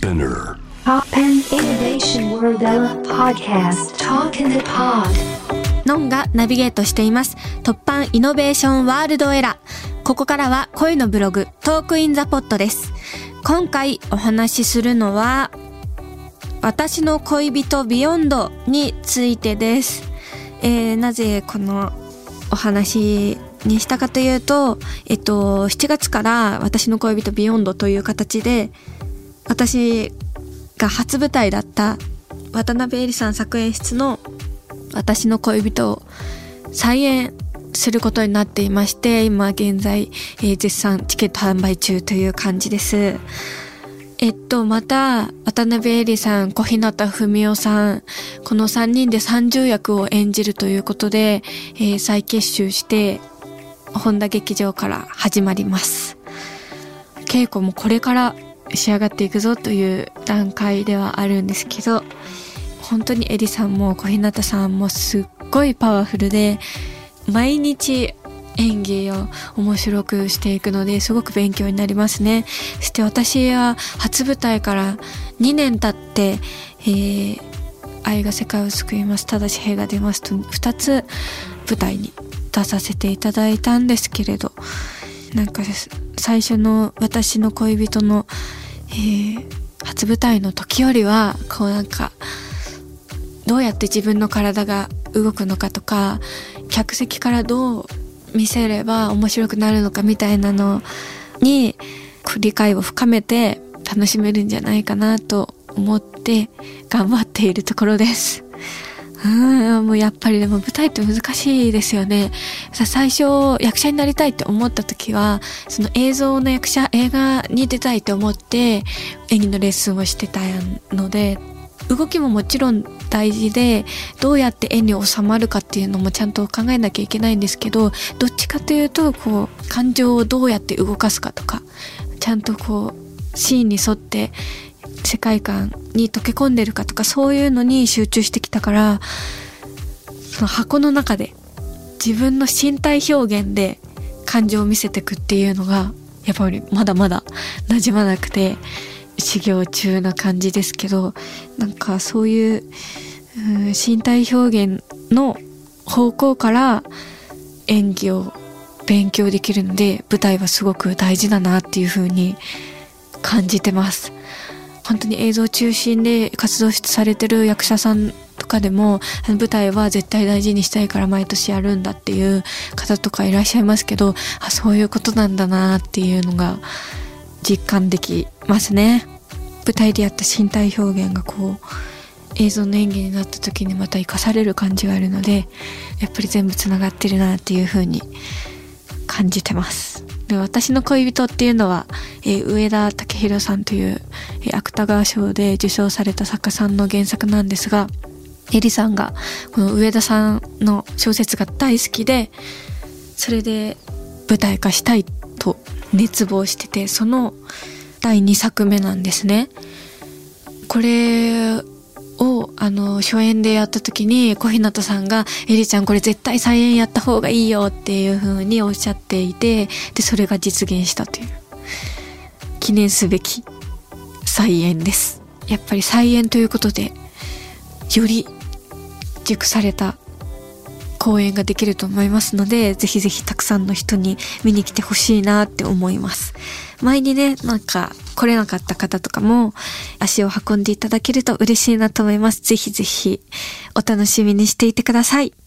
Spinner Poppen Innovation World Ella Podcast Talk in the Pod ノンがナビゲートしています突破イノベーションワールドエラ。ここからは恋のブログトークインザポットです。今回お話しするのは私の恋人ビヨンドについてです。なぜこのお話にしたかというと、7月から私の恋人ビヨンドという形で私が初舞台だった渡辺えりさん作演出の私の恋人を再演することになっていまして、今現在、絶賛チケット販売中という感じです。また渡辺えりさん、小日向文世さん、この3人で30役を演じるということで、再結集して本田劇場から始まります。稽古もこれから仕上がっていくぞという段階ではあるんですけど、本当にエリさんも小日向さんもすっごいパワフルで毎日演技を面白くしていくので、すごく勉強になりますね。そして私は初舞台から2年経って、愛が世界を救います、ただし兵が出ますと2つ舞台に出させていただいたんですけれど、なんか最初の私の恋人の、初舞台の時よりはこうなんかどうやって自分の体が動くのかとか、客席からどう見せれば面白くなるのかみたいなのに理解を深めて楽しめるんじゃないかなと思って頑張っているところです。もうやっぱりでも舞台って難しいですよね。最初役者になりたいって思った時はその映像の役者、映画に出たいって思って演技のレッスンをしてたので、動きももちろん大事でどうやって絵に収まるかっていうのもちゃんと考えなきゃいけないんですけど、どっちかというとこう感情をどうやって動かすかとか、ちゃんとこうシーンに沿って世界観に溶け込んでるかとか、そういうのに集中してきたから、その箱の中で自分の身体表現で感情を見せていくっていうのがやっぱりまだまだ馴染まなくて修行中な感じですけど、なんかそういう、身体表現の方向から演技を勉強できるので、舞台はすごく大事だなっていう風に感じてます。本当に映像中心で活動されてる役者さんとかでも舞台は絶対大事にしたいから毎年やるんだっていう方とかいらっしゃいますけど、そういうことなんだなっていうのが実感できますね。舞台でやった身体表現がこう映像の演技になった時にまた生かされる感じがあるので、やっぱり全部つながってるなっていう風に感じてます。で、私の恋人っていうのは、上田武弘さんという、芥川賞で受賞された作家さんの原作なんですが、エリさんがこの上田さんの小説が大好きで、それで舞台化したいと熱望してて、その第2作目なんですね。これを初演でやった時に小日向さんがエリちゃんこれ絶対再演やった方がいいよっていう風におっしゃっていて、でそれが実現したという記念すべき再演です。やっぱり再演ということでより熟された公演ができると思いますので、ぜひぜひたくさんの人に見に来てほしいなって思います。前にね、なんか来れなかった方とかも足を運んでいただけると嬉しいなと思います。ぜひぜひお楽しみにしていてください。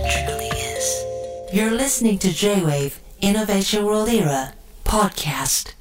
You're listening to J-Wave Innovation World Era Podcast.